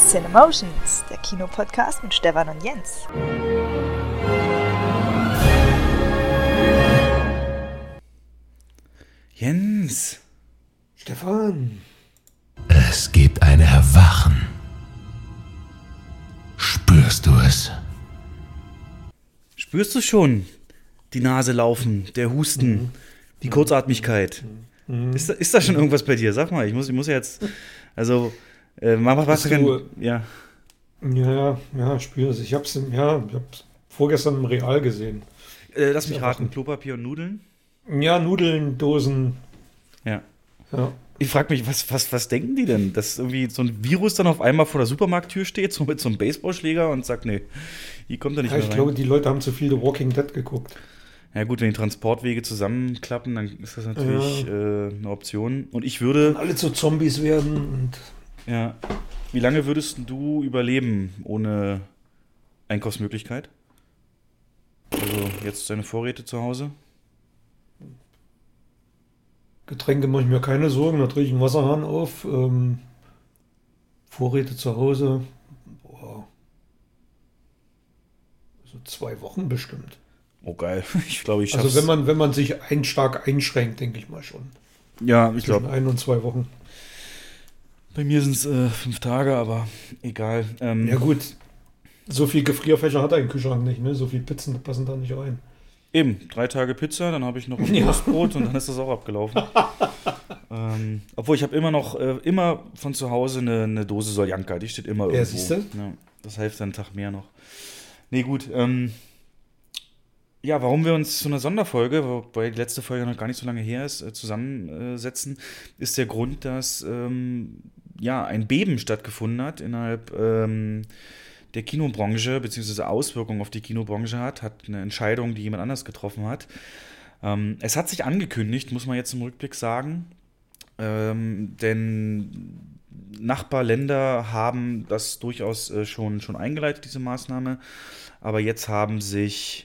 Cinemotions, der Kinopodcast mit Stefan und Jens. Jens. Stefan. Es gibt ein Erwachen. Spürst du es? Spürst du schon die Nase laufen, der Husten, die Kurzatmigkeit? Ist da schon irgendwas bei dir? Sag mal, ich muss ja jetzt, was kann, ja. Ja, ich spüre es. Ich hab's vorgestern im Real gesehen. Lass mich raten, Klopapier und Nudeln? Ja, Nudeln, Dosen. Ja. Ja. Ich frage mich, was denken die denn? Dass irgendwie so ein Virus dann auf einmal vor der Supermarkttür steht, so mit so einem Baseballschläger und sagt, nee, hier kommt er nicht mehr rein. Ich glaube, die Leute haben zu viel The Walking Dead geguckt. Ja gut, wenn die Transportwege zusammenklappen, dann ist das natürlich eine Option. Und ich würde... alle zu Zombies werden. Und ja. Wie lange würdest du überleben ohne Einkaufsmöglichkeit? Also jetzt deine Vorräte zu Hause? Getränke mache ich mir keine Sorgen, da drehe ich einen Wasserhahn auf. Vorräte zu Hause. So 2 Wochen bestimmt. Oh geil, ich glaube, ich schaff's. Also wenn man sich stark einschränkt, denke ich mal schon. Ja, ich glaube. Zwischen 1 und 2 Wochen. Bei mir sind es 5 Tage, aber egal. Ja gut, so viel Gefrierfächer hat ein Kühlschrank nicht, ne? So viel Pizzen passen da nicht rein. Eben, 3 Tage Pizza, dann habe ich noch ein Toastbrot und dann ist das auch abgelaufen. Obwohl ich habe immer von zu Hause eine Dose Soljanka, die steht immer irgendwo. Ja, siehst du? Ja, das hilft dann einen Tag mehr noch. Nee, gut. Ja, warum wir uns zu einer Sonderfolge, wobei die letzte Folge noch gar nicht so lange her ist, zusammensetzen, ist der Grund, dass ein Beben stattgefunden hat innerhalb der Kinobranche, beziehungsweise Auswirkungen auf die Kinobranche hat eine Entscheidung, die jemand anders getroffen hat. Es hat sich angekündigt, muss man jetzt im Rückblick sagen, denn Nachbarländer haben das durchaus schon eingeleitet, diese Maßnahme, aber jetzt haben sich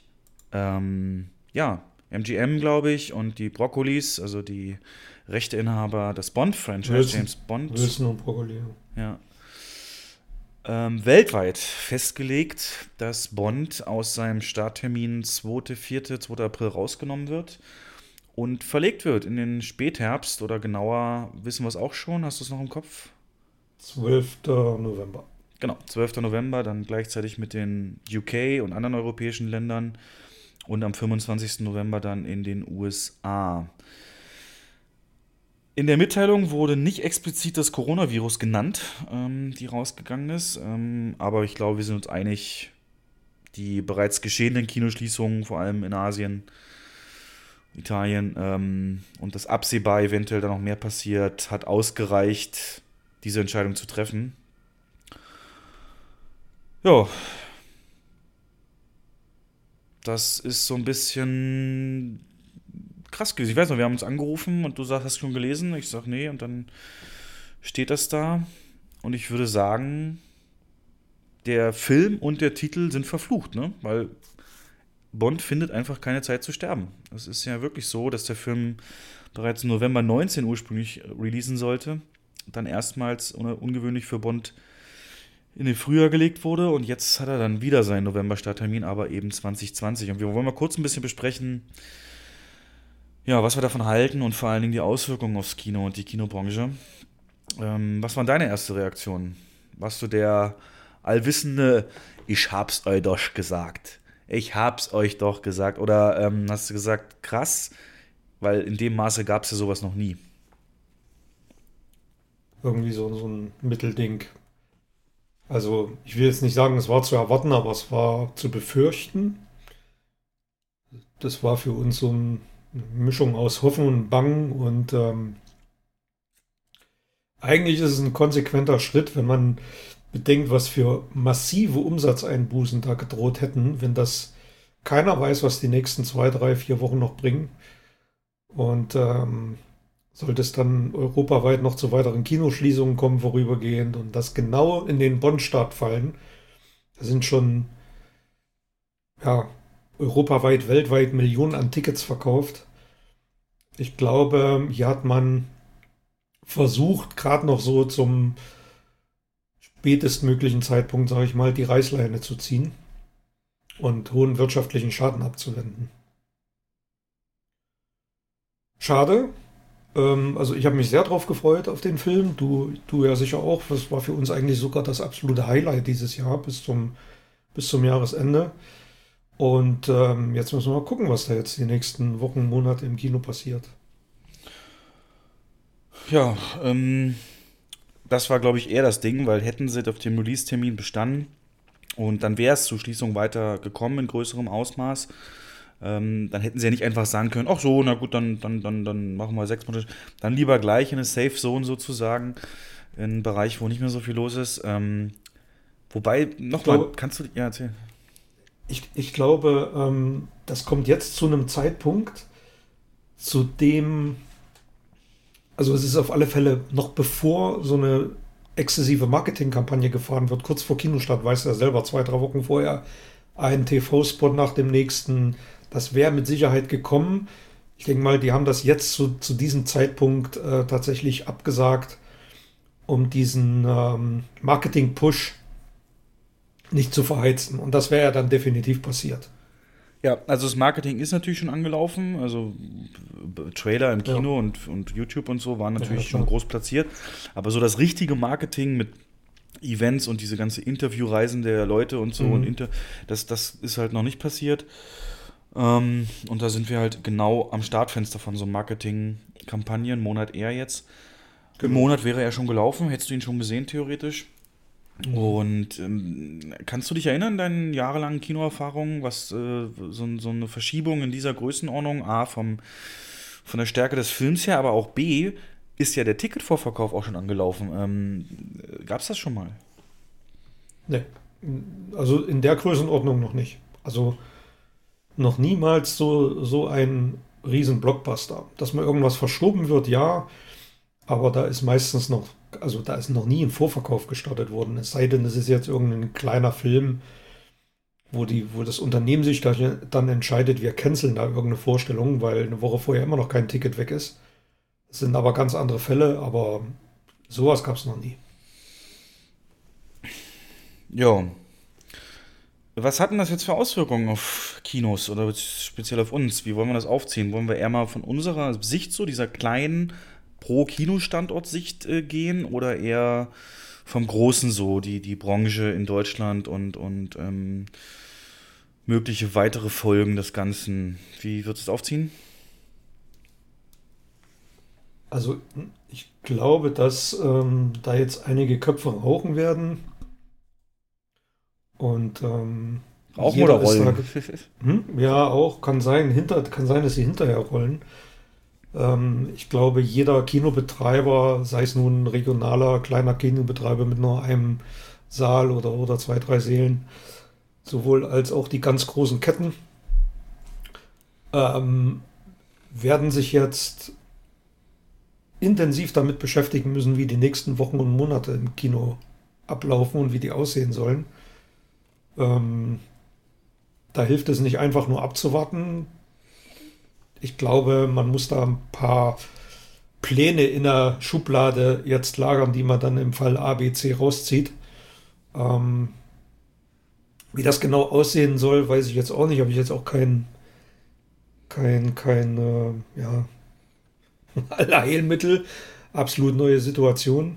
MGM, glaube ich, und die Broccolis, also die Rechteinhaber des Bond-Franchise, James Bond. Wilson und Broccoli. Ja. Weltweit festgelegt, dass Bond aus seinem Starttermin 2. April rausgenommen wird und verlegt wird in den Spätherbst oder genauer, wissen wir es auch schon, hast du es noch im Kopf? 12. November. Genau, 12. November, dann gleichzeitig mit den UK und anderen europäischen Ländern und am 25. November dann in den USA. In der Mitteilung wurde nicht explizit das Coronavirus genannt, die rausgegangen ist. Aber ich glaube, wir sind uns einig, die bereits geschehenen Kinoschließungen, vor allem in Asien, Italien, und das absehbar eventuell da noch mehr passiert, hat ausgereicht, diese Entscheidung zu treffen. Ja. Das ist so ein bisschen krass gewesen. Ich weiß noch, wir haben uns angerufen und du sagst, hast du schon gelesen? Ich sag, nee, und dann steht das da. Und ich würde sagen, der Film und der Titel sind verflucht, ne? Weil Bond findet einfach keine Zeit zu sterben. Es ist ja wirklich so, dass der Film bereits im November 19 ursprünglich releasen sollte. Dann erstmals ungewöhnlich für Bond in den Frühjahr gelegt wurde. Und jetzt hat er dann wieder seinen November-Starttermin, aber eben 2020. Und wir wollen mal kurz ein bisschen besprechen, ja, was wir davon halten und vor allen Dingen die Auswirkungen aufs Kino und die Kinobranche. Was war deine erste Reaktion? Warst du der allwissende, ich hab's euch doch gesagt? Ich hab's euch doch gesagt. Oder hast du gesagt, krass, weil in dem Maße gab es ja sowas noch nie? Irgendwie so ein Mittelding. Also, ich will jetzt nicht sagen, es war zu erwarten, aber es war zu befürchten. Das war für uns so eine Mischung aus Hoffen und Bangen und eigentlich ist es ein konsequenter Schritt, wenn man bedenkt, was für massive Umsatzeinbußen da gedroht hätten, wenn das keiner weiß, was die nächsten 2, 3, 4 Wochen noch bringen. Und sollte es dann europaweit noch zu weiteren Kinoschließungen kommen, vorübergehend, und das genau in den Bond-Start fallen, da sind schon europaweit, weltweit Millionen an Tickets verkauft. Ich glaube, hier hat man versucht, gerade noch so zum spätestmöglichen Zeitpunkt, sage ich mal, die Reißleine zu ziehen und hohen wirtschaftlichen Schaden abzuwenden. Schade. Also ich habe mich sehr drauf gefreut auf den Film. Du ja sicher auch. Das war für uns eigentlich sogar das absolute Highlight dieses Jahr bis zum Jahresende. Und jetzt müssen wir mal gucken, was da jetzt die nächsten Wochen, Monate im Kino passiert. Ja, das war, glaube ich, eher das Ding, weil hätten sie auf dem Release-Termin bestanden und dann wäre es zur Schließung weiter gekommen in größerem Ausmaß, dann hätten sie ja nicht einfach sagen können, ach so, na gut, dann machen wir 6 Monate. Dann lieber gleich in eine Safe Zone sozusagen, in einen Bereich, wo nicht mehr so viel los ist. Wobei, nochmal, kannst du, ja, erzählen. Ich glaube, das kommt jetzt zu einem Zeitpunkt, zu dem, also es ist auf alle Fälle noch bevor so eine exzessive Marketingkampagne gefahren wird, kurz vor Kinostart, weiß er selber, 2, 3 Wochen vorher, ein TV-Spot nach dem nächsten, das wäre mit Sicherheit gekommen. Ich denke mal, die haben das jetzt zu diesem Zeitpunkt tatsächlich abgesagt, um diesen Marketing-Push nicht zu verheizen. Und das wäre ja dann definitiv passiert. Ja, also das Marketing ist natürlich schon angelaufen, also Trailer im Kino und YouTube und so waren natürlich schon groß platziert, aber so das richtige Marketing mit Events und diese ganze Interviewreisen der Leute und so, und das ist halt noch nicht passiert. Und da sind wir halt genau am Startfenster von so Marketing-Kampagnen, einen Monat eher jetzt. Im Monat wäre er schon gelaufen, hättest du ihn schon gesehen, theoretisch. Und kannst du dich erinnern, deine jahrelangen Kinoerfahrungen, was so eine Verschiebung in dieser Größenordnung, A, von der Stärke des Films her, aber auch B, ist ja der Ticketvorverkauf auch schon angelaufen. Gab es das schon mal? Nee, also in der Größenordnung noch nicht. Also noch niemals so ein riesen Blockbuster. Dass mal irgendwas verschoben wird, ja, aber da ist meistens noch, also da ist noch nie ein Vorverkauf gestartet worden. Es sei denn, es ist jetzt irgendein kleiner Film, wo das Unternehmen sich dann entscheidet, wir canceln da irgendeine Vorstellung, weil eine Woche vorher immer noch kein Ticket weg ist. Das sind aber ganz andere Fälle, aber sowas gab es noch nie. Ja. Was hat denn das jetzt für Auswirkungen auf Kinos oder speziell auf uns? Wie wollen wir das aufziehen? Wollen wir eher mal von unserer Sicht, so dieser kleinen Pro-Kino-Standort-Sicht gehen oder eher vom Großen so, die Branche in Deutschland und mögliche weitere Folgen des Ganzen? Wie wird es aufziehen? Also ich glaube, dass da jetzt einige Köpfe rauchen werden. Und Rauchen oder rollen? Ja, auch. Kann sein, dass sie hinterher rollen. Ich glaube, jeder Kinobetreiber, sei es nun ein regionaler, kleiner Kinobetreiber mit nur einem Saal oder 2, 3 Sälen, sowohl als auch die ganz großen Ketten, werden sich jetzt intensiv damit beschäftigen müssen, wie die nächsten Wochen und Monate im Kino ablaufen und wie die aussehen sollen. Da hilft es nicht einfach nur abzuwarten. Ich glaube, man muss da ein paar Pläne in der Schublade jetzt lagern, die man dann im Fall A, B, C rauszieht. Wie das genau aussehen soll, weiß ich jetzt auch nicht. Habe ich jetzt auch kein Allheilmittel. Absolut neue Situation.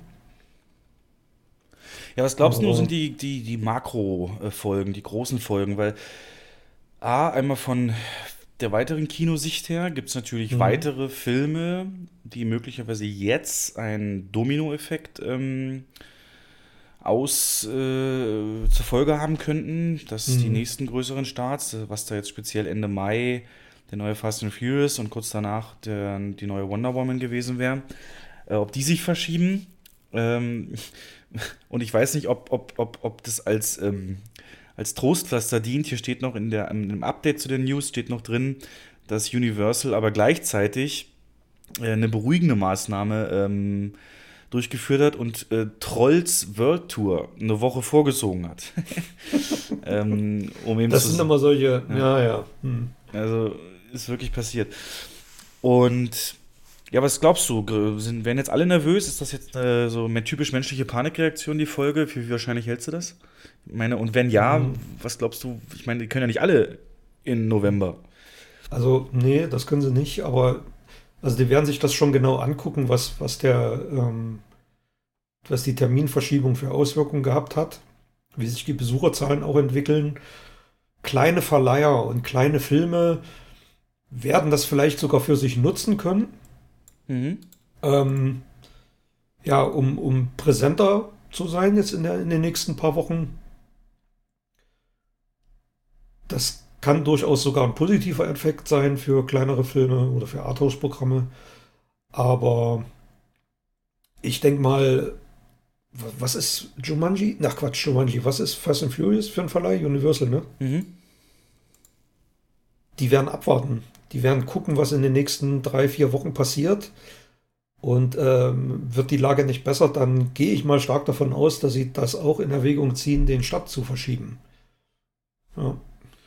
Ja, was glaubst du, sind die Makro-Folgen, die großen Folgen? Weil einmal von der weiteren Kinosicht her gibt es natürlich weitere Filme, die möglicherweise jetzt einen Dominoeffekt zur Folge haben könnten, dass die nächsten größeren Starts, was da jetzt speziell Ende Mai der neue Fast and Furious und kurz danach die neue Wonder Woman gewesen wäre, ob die sich verschieben. Und ich weiß nicht, ob das als Trostpflaster dient. Hier steht noch im Update zu den News steht noch drin, dass Universal aber gleichzeitig eine beruhigende Maßnahme durchgeführt hat und Trolls World Tour eine Woche vorgezogen hat. Das sind immer solche, Also ist wirklich passiert. Und Ja, was glaubst du? Werden jetzt alle nervös? Ist das jetzt so eine typisch menschliche Panikreaktion, die Folge? Wie wahrscheinlich hältst du das? Ich meine, und wenn ja, was glaubst du? Ich meine, die können ja nicht alle in November. Also, nee, das können sie nicht, aber also die werden sich das schon genau angucken, was die Terminverschiebung für Auswirkungen gehabt hat, wie sich die Besucherzahlen auch entwickeln. Kleine Verleiher und kleine Filme werden das vielleicht sogar für sich nutzen können, Mhm. ja, um präsenter zu sein jetzt in den nächsten paar Wochen. Das kann durchaus sogar ein positiver Effekt sein für kleinere Filme oder für Arthouse-Programme. Aber ich denke mal, was ist Jumanji? Ach Quatsch, Jumanji. Was ist Fast and Furious für ein Verleih? Universal, ne? Mhm. Die werden abwarten. Die werden gucken, was in den nächsten 3, 4 Wochen passiert. Und wird die Lage nicht besser, dann gehe ich mal stark davon aus, dass sie das auch in Erwägung ziehen, den Start zu verschieben. Ja.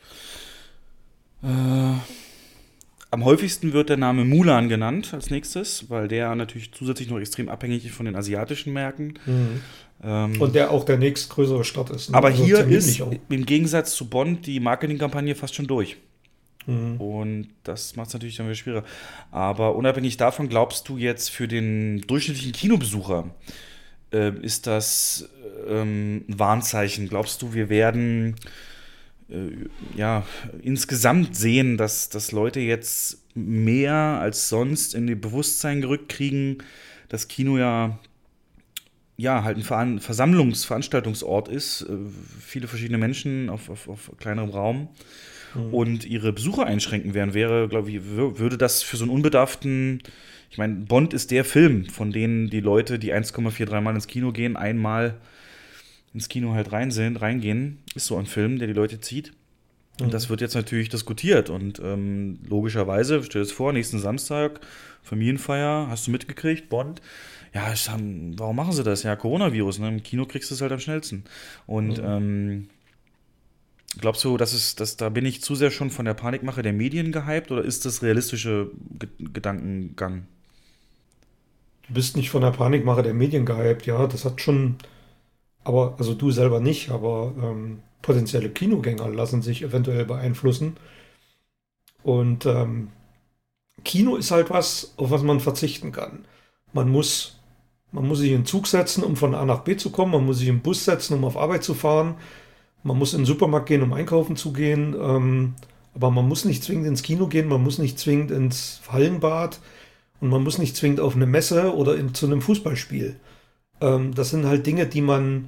Am häufigsten wird der Name Mulan genannt als nächstes, weil der natürlich zusätzlich noch extrem abhängig ist von den asiatischen Märkten. Und der auch der nächstgrößere Start ist. Ne? Aber Also hier terminlich ist auch. im Gegensatz zu Bond die Marketingkampagne fast schon durch. Mhm. Und das macht es natürlich dann wieder schwieriger. Aber unabhängig davon, glaubst du jetzt für den durchschnittlichen Kinobesucher, ist das ein Warnzeichen? Glaubst du, wir werden ja, insgesamt sehen, dass Leute jetzt mehr als sonst in ihr Bewusstsein gerückt kriegen, dass Kino ja halt ein Veranstaltungsort ist, viele verschiedene Menschen auf kleinerem Raum und ihre Besucher einschränken werden, glaube ich, würde das für so einen unbedarften, ich meine, Bond ist der Film, von denen die Leute, die 1,43 Mal ins Kino gehen, einmal ins Kino halt reingehen, ist so ein Film, der die Leute zieht. Und das wird jetzt natürlich diskutiert. Und logischerweise, stell dir das vor, nächsten Samstag, Familienfeier, hast du mitgekriegt, Bond. Ja, warum machen sie das? Ja, Coronavirus, ne? Im Kino kriegst du es halt am schnellsten. Und glaubst du, da bin ich zu sehr schon von der Panikmache der Medien gehypt oder ist das realistische Gedankengang? Du bist nicht von der Panikmache der Medien gehypt, ja, das hat schon, aber, also du selber nicht, aber potenzielle Kinogänger lassen sich eventuell beeinflussen. Und Kino ist halt was, auf was man verzichten kann. Man muss sich in den Zug setzen, um von A nach B zu kommen. Man muss sich im Bus setzen, um auf Arbeit zu fahren. Man muss in den Supermarkt gehen, um einkaufen zu gehen. Aber man muss nicht zwingend ins Kino gehen. Man muss nicht zwingend ins Hallenbad. Und man muss nicht zwingend auf eine Messe oder zu einem Fußballspiel. Das sind halt Dinge, die man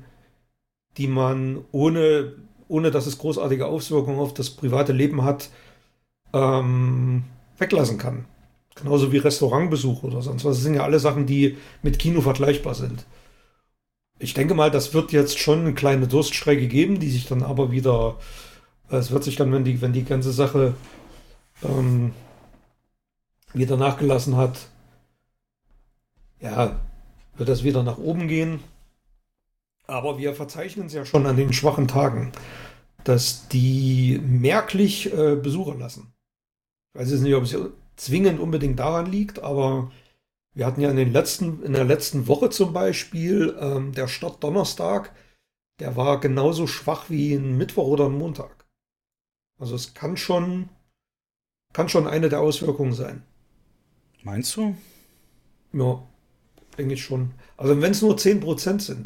ohne dass es großartige Auswirkungen auf das private Leben hat, weglassen kann. Genauso wie Restaurantbesuch oder sonst was. Das sind ja alle Sachen, die mit Kino vergleichbar sind. Ich denke mal, das wird jetzt schon eine kleine Durststrecke geben, die sich dann aber wieder, es wird sich dann, wenn die ganze Sache wieder nachgelassen hat, ja, wird das wieder nach oben gehen. Aber wir verzeichnen es ja schon an den schwachen Tagen, dass die merklich Besucher lassen. Ich weiß jetzt nicht, ob es zwingend unbedingt daran liegt, aber wir hatten ja in der letzten Woche zum Beispiel der Start Donnerstag, der war genauso schwach wie ein Mittwoch oder ein Montag. Also es kann schon eine der Auswirkungen sein. Meinst du? Ja, denke ich schon. Also wenn es nur 10% sind.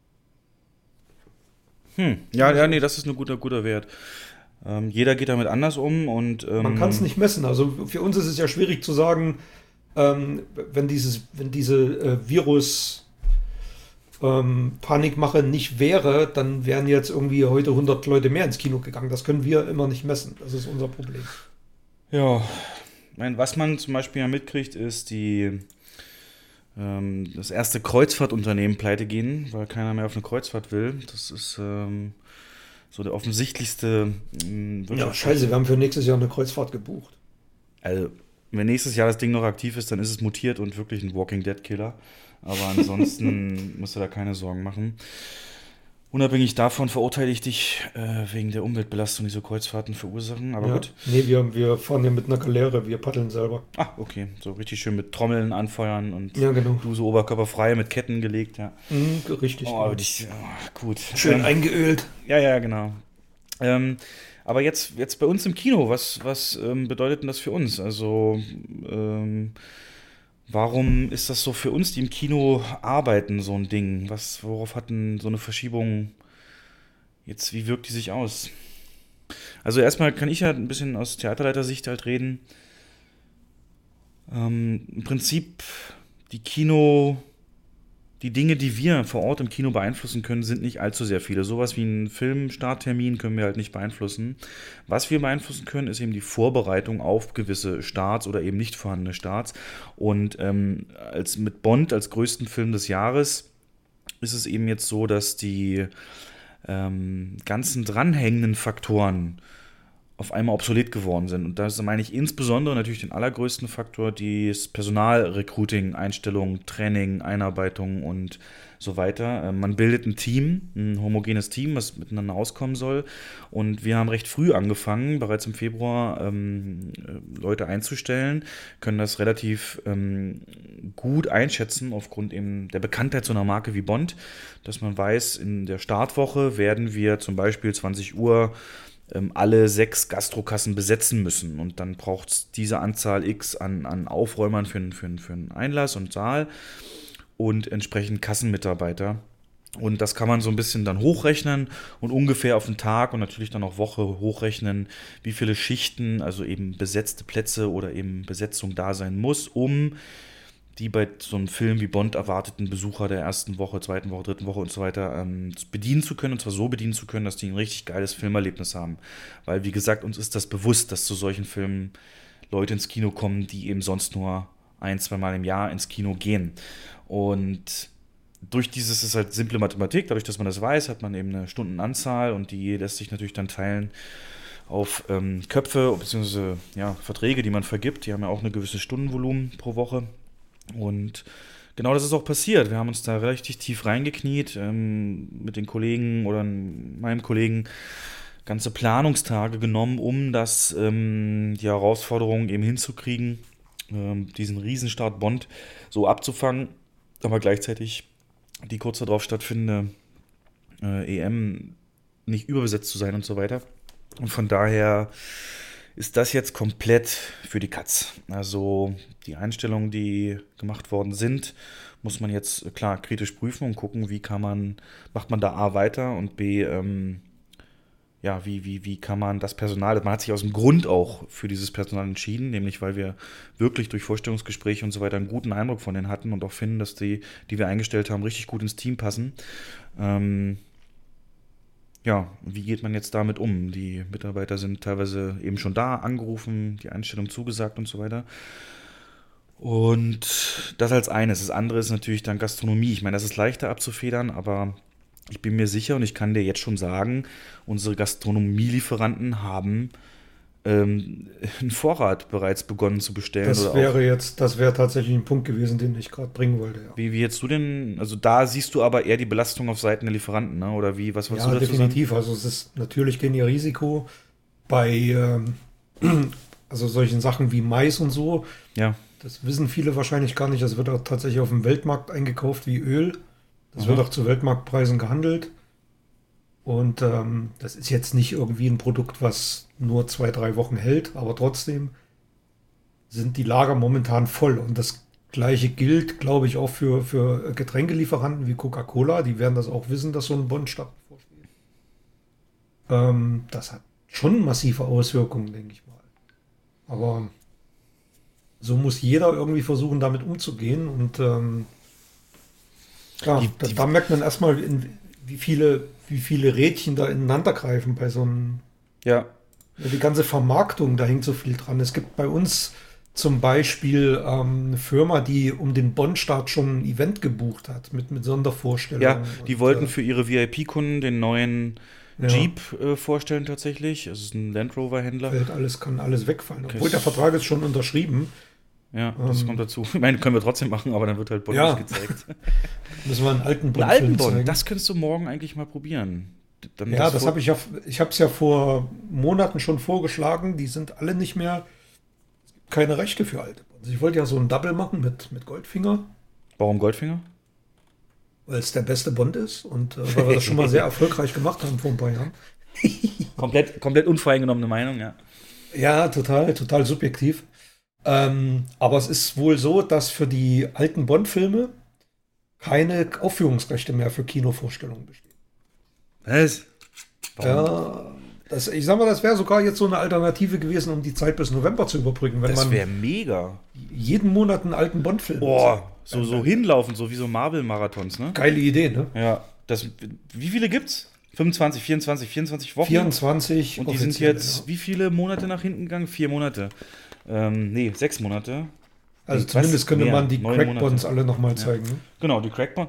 Ja, nee, das ist ein guter Wert. Jeder geht damit anders um und Man kann es nicht messen. Also für uns ist es ja schwierig zu sagen, wenn diese Virus-Panikmache nicht wäre, dann wären jetzt irgendwie heute 100 Leute mehr ins Kino gegangen. Das können wir immer nicht messen. Das ist unser Problem. Ja, ich meine, was man zum Beispiel ja mitkriegt, ist das erste Kreuzfahrtunternehmen pleite gehen, weil keiner mehr auf eine Kreuzfahrt will. Das ist so der offensichtlichste Ja, scheiße, wir haben für nächstes Jahr eine Kreuzfahrt gebucht. Also, wenn nächstes Jahr das Ding noch aktiv ist, dann ist es mutiert und wirklich ein Walking Dead Killer. Aber ansonsten musst du da keine Sorgen machen. Unabhängig davon verurteile ich dich wegen der Umweltbelastung, die so Kreuzfahrten verursachen. Aber gut. Nee, wir fahren ja mit einer Galeere, wir paddeln selber. Ah, okay. So richtig schön mit Trommeln anfeuern und Ja, genau. du so oberkörperfrei mit Ketten gelegt, ja. Richtig. Oh, gut. Schön eingeölt. Ja, genau. Aber jetzt bei uns im Kino, was bedeutet denn das für uns? Also, warum ist das so für uns, die im Kino arbeiten, so ein Ding? Worauf hat denn so eine Verschiebung jetzt, wie wirkt die sich aus? Also erstmal kann ich ja ein bisschen aus Theaterleitersicht halt reden. Im Prinzip die Dinge, die wir vor Ort im Kino beeinflussen können, sind nicht allzu sehr viele. Sowas wie einen Filmstarttermin können wir halt nicht beeinflussen. Was wir beeinflussen können, ist eben die Vorbereitung auf gewisse Starts oder eben nicht vorhandene Starts. Und mit Bond als größten Film des Jahres ist es eben jetzt so, dass die ganzen dranhängenden Faktoren auf einmal obsolet geworden sind. Und da meine ich insbesondere natürlich den allergrößten Faktor, das Personalrecruiting, Einstellung, Training, Einarbeitung und so weiter. Man bildet ein Team, ein homogenes Team, was miteinander auskommen soll. Und wir haben recht früh angefangen, bereits im Februar Leute einzustellen, können das relativ gut einschätzen aufgrund eben der Bekanntheit so einer Marke wie Bond, dass man weiß, in der Startwoche werden wir zum Beispiel 20 Uhr alle 6 Gastrokassen besetzen müssen. Und dann braucht es diese Anzahl X an Aufräumern für einen Einlass und Saal und entsprechend Kassenmitarbeiter. Und das kann man so ein bisschen dann hochrechnen und ungefähr auf den Tag und natürlich dann auch Woche hochrechnen, wie viele Schichten, also eben besetzte Plätze oder eben Besetzung da sein muss, um die bei so einem Film wie Bond erwarteten Besucher der ersten Woche, zweiten Woche, dritten Woche und so weiter bedienen zu können. Und zwar so bedienen zu können, dass die ein richtig geiles Filmerlebnis haben. Weil, wie gesagt, uns ist das bewusst, dass zu solchen Filmen Leute ins Kino kommen, die eben sonst nur 1-2 Mal im Jahr ins Kino gehen. Und durch dieses ist halt simple Mathematik, dadurch, dass man das weiß, hat man eben eine Stundenanzahl und die lässt sich natürlich dann teilen auf Köpfe bzw. Verträge, die man vergibt. Die haben ja auch eine gewisse Stundenvolumen pro Woche. Und genau das ist auch passiert. Wir haben uns da richtig tief reingekniet, mit den Kollegen oder meinem Kollegen ganze Planungstage genommen, um die Herausforderung eben hinzukriegen, diesen Riesenstart Bond so abzufangen, aber gleichzeitig die kurz darauf stattfindende EM nicht überbesetzt zu sein und so weiter. Und von daher ist das jetzt komplett für die Katz. Also die Einstellungen, die gemacht worden sind, muss man jetzt klar kritisch prüfen und gucken, macht man da A weiter und B, wie kann man das Personal, man hat sich aus dem Grund auch für dieses Personal entschieden, nämlich weil wir wirklich durch Vorstellungsgespräche und so weiter einen guten Eindruck von denen hatten und auch finden, dass die wir eingestellt haben, richtig gut ins Team passen. Wie geht man jetzt damit um? Die Mitarbeiter sind teilweise eben schon da, angerufen, die Einstellung zugesagt und so weiter. Und das als eines. Das andere ist natürlich dann Gastronomie. Ich meine, das ist leichter abzufedern, aber ich bin mir sicher und ich kann dir jetzt schon sagen, unsere Gastronomielieferanten haben einen Vorrat bereits begonnen zu bestellen. Das wäre tatsächlich ein Punkt gewesen, den ich gerade bringen wollte. Ja. Wie jetzt du denn, also da siehst du aber eher die Belastung auf Seiten der Lieferanten, ne? Oder wie, was wolltest du dazu definitiv. sagen? Also es ist natürlich kein Risiko bei also solchen Sachen wie Mais und so. Ja. Das wissen viele wahrscheinlich gar nicht. Das wird auch tatsächlich auf dem Weltmarkt eingekauft wie Öl. Das wird auch zu Weltmarktpreisen gehandelt. Und das ist jetzt nicht irgendwie ein Produkt, was nur 2-3 Wochen hält, aber trotzdem sind die Lager momentan voll. Und das Gleiche gilt, glaube ich, auch für Getränkelieferanten wie Coca-Cola. Die werden das auch wissen, dass so ein Bond-Start bevorsteht. Das hat schon massive Auswirkungen, denke ich mal. Aber so muss jeder irgendwie versuchen, damit umzugehen. Und da merkt man erstmal, wie viele Rädchen da ineinander greifen bei so einem. Ja. Die ganze Vermarktung, da hängt so viel dran. Es gibt bei uns zum Beispiel eine Firma, die um den Bond-Start schon ein Event gebucht hat mit Sondervorstellungen. Ja, die wollten für ihre VIP-Kunden den neuen Jeep vorstellen tatsächlich. Es ist ein Land Rover-Händler. Kann alles wegfallen. Obwohl der Vertrag ist schon unterschrieben. Ja, das kommt dazu. Ich meine, können wir trotzdem machen, aber dann wird halt Bond nicht gezeigt. Müssen wir einen alten Einen alten Bond zeigen. Bond, das könntest du morgen eigentlich mal probieren. Dann Ja, das habe ich ja, ich habe es ja vor Monaten schon vorgeschlagen, die sind alle nicht mehr, es gibt keine Rechte für alte Bonds. Ich wollte ja so ein Double machen mit Goldfinger, Warum Goldfinger? weil es der beste Bond ist und weil wir das schon mal sehr erfolgreich gemacht haben vor ein paar Jahren. Komplett unvoreingenommene Meinung, ja. Ja, total subjektiv. Aber es ist wohl so, dass für die alten Bond-Filme keine Aufführungsrechte mehr für Kinovorstellungen bestehen. Was? Ja, ich sag mal, das wäre sogar jetzt so eine Alternative gewesen, um die Zeit bis November zu überbrücken, wenn Das man wäre mega. jeden Monat einen alten Bond-Film Boah, so hinlaufen, so wie so Marvel-Marathons, ne? Geile Idee, ne? Ja. Wie viele gibt's? 25, 24 Wochen? 24. Und die sind offiziell, jetzt ja. wie viele Monate nach hinten gegangen? 4 Monate. 6 Monate. Also Was? zumindest könnte Mehr, man die 9 Crackbonds Monate. alle nochmal zeigen. Ne? Genau, die Crackbond.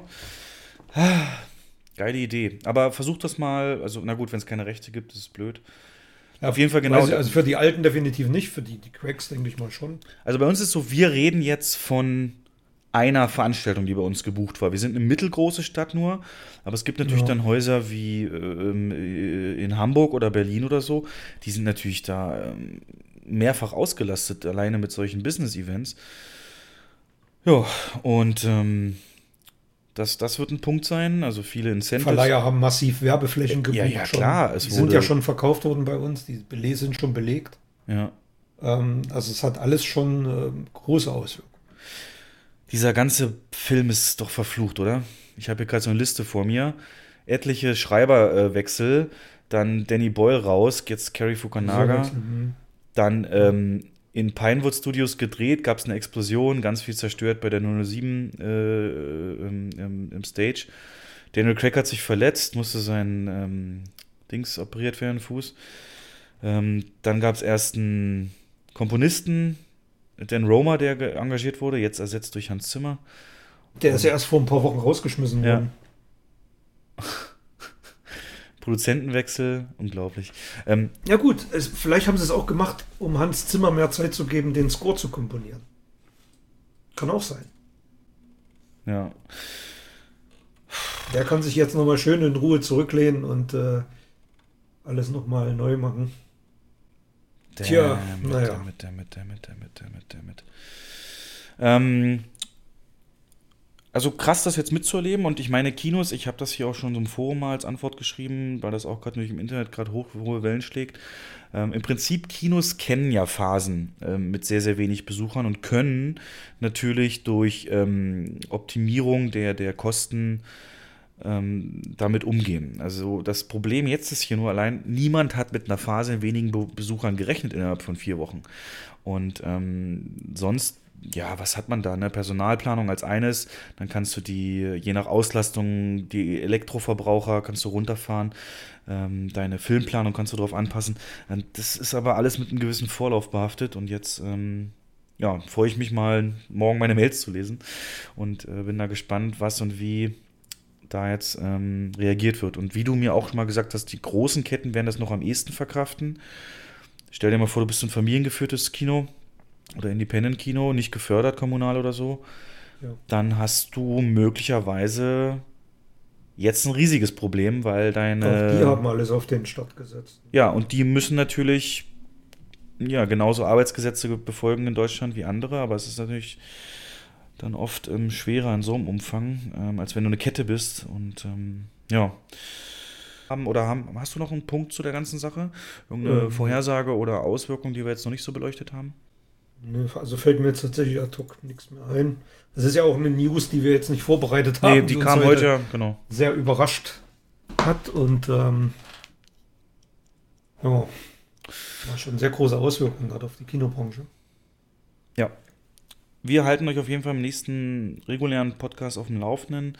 Geile Idee. Aber versuch das mal, also na gut, wenn es keine Rechte gibt, ist es blöd. Ja, Auf jeden Fall genau. Also für die Alten definitiv nicht, für die Cracks denke ich mal schon. Also bei uns ist so, wir reden jetzt von einer Veranstaltung, die bei uns gebucht war. Wir sind eine mittelgroße Stadt nur, aber es gibt natürlich dann Häuser wie in Hamburg oder Berlin oder so, die sind natürlich da mehrfach ausgelastet, alleine mit solchen Business-Events. Ja, und das wird ein Punkt sein, also viele Incentives. Verleiher haben massiv Werbeflächen gebucht. Ja, schon. klar. Die sind ja schon verkauft worden bei uns, die sind schon belegt. Ja. Also es hat alles schon große Auswirkungen. Dieser ganze Film ist doch verflucht, oder? Ich habe hier gerade so eine Liste vor mir. Etliche Schreiberwechsel, dann Danny Boyle raus, jetzt Cary Fukunaga. Dann in Pinewood Studios gedreht, gab es eine Explosion, ganz viel zerstört bei der 007 im Stage. Daniel Craig hat sich verletzt, musste sein Dings operiert werden, Fuß. Dann gab es erst einen Komponisten, Dan Roma, der engagiert wurde, jetzt ersetzt durch Hans Zimmer. Der ist ja erst vor ein paar Wochen rausgeschmissen worden. Produzentenwechsel, unglaublich. Ja gut, vielleicht haben sie es auch gemacht, um Hans Zimmer mehr Zeit zu geben, den Score zu komponieren. Kann auch sein. Ja. Der kann sich jetzt nochmal schön in Ruhe zurücklehnen und alles nochmal neu machen. Tja, naja. Also krass, das jetzt mitzuerleben. Und ich meine, Kinos, ich habe das hier auch schon so im Forum mal als Antwort geschrieben, weil das auch gerade durch im Internet gerade hohe Wellen schlägt. Im Prinzip, Kinos kennen ja Phasen mit sehr, sehr wenig Besuchern und können natürlich durch Optimierung der Kosten damit umgehen. Also das Problem jetzt ist hier nur allein, niemand hat mit einer Phase in wenigen Besuchern gerechnet innerhalb von 4 Wochen. Und sonst, ja, was hat man da? Ne? Personalplanung als eines, dann kannst du je nach Auslastung, die Elektroverbraucher kannst du runterfahren, deine Filmplanung kannst du darauf anpassen. Das ist aber alles mit einem gewissen Vorlauf behaftet und jetzt freue ich mich mal, morgen meine Mails zu lesen und bin da gespannt, was und wie da jetzt reagiert wird. Und wie du mir auch mal gesagt hast, die großen Ketten werden das noch am ehesten verkraften. Stell dir mal vor, du bist ein familiengeführtes Kino oder Independent-Kino, nicht gefördert, kommunal oder so. Ja. Dann hast du möglicherweise jetzt ein riesiges Problem, weil deine... Auch die haben alles auf den Start gesetzt. Ja, und die müssen natürlich genauso Arbeitsgesetze befolgen in Deutschland wie andere, aber es ist natürlich dann oft schwerer in so einem Umfang, als wenn du eine Kette bist. Und hast du noch einen Punkt zu der ganzen Sache? Irgendeine Vorhersage oder Auswirkung, die wir jetzt noch nicht so beleuchtet haben? Also fällt mir jetzt tatsächlich ad hoc nichts mehr ein. Das ist ja auch eine News, die wir jetzt nicht vorbereitet haben. Nee, die kam heute, genau. Sehr überrascht hat und war schon sehr große Auswirkungen gerade auf die Kinobranche. Ja. Wir halten euch auf jeden Fall im nächsten regulären Podcast auf dem Laufenden.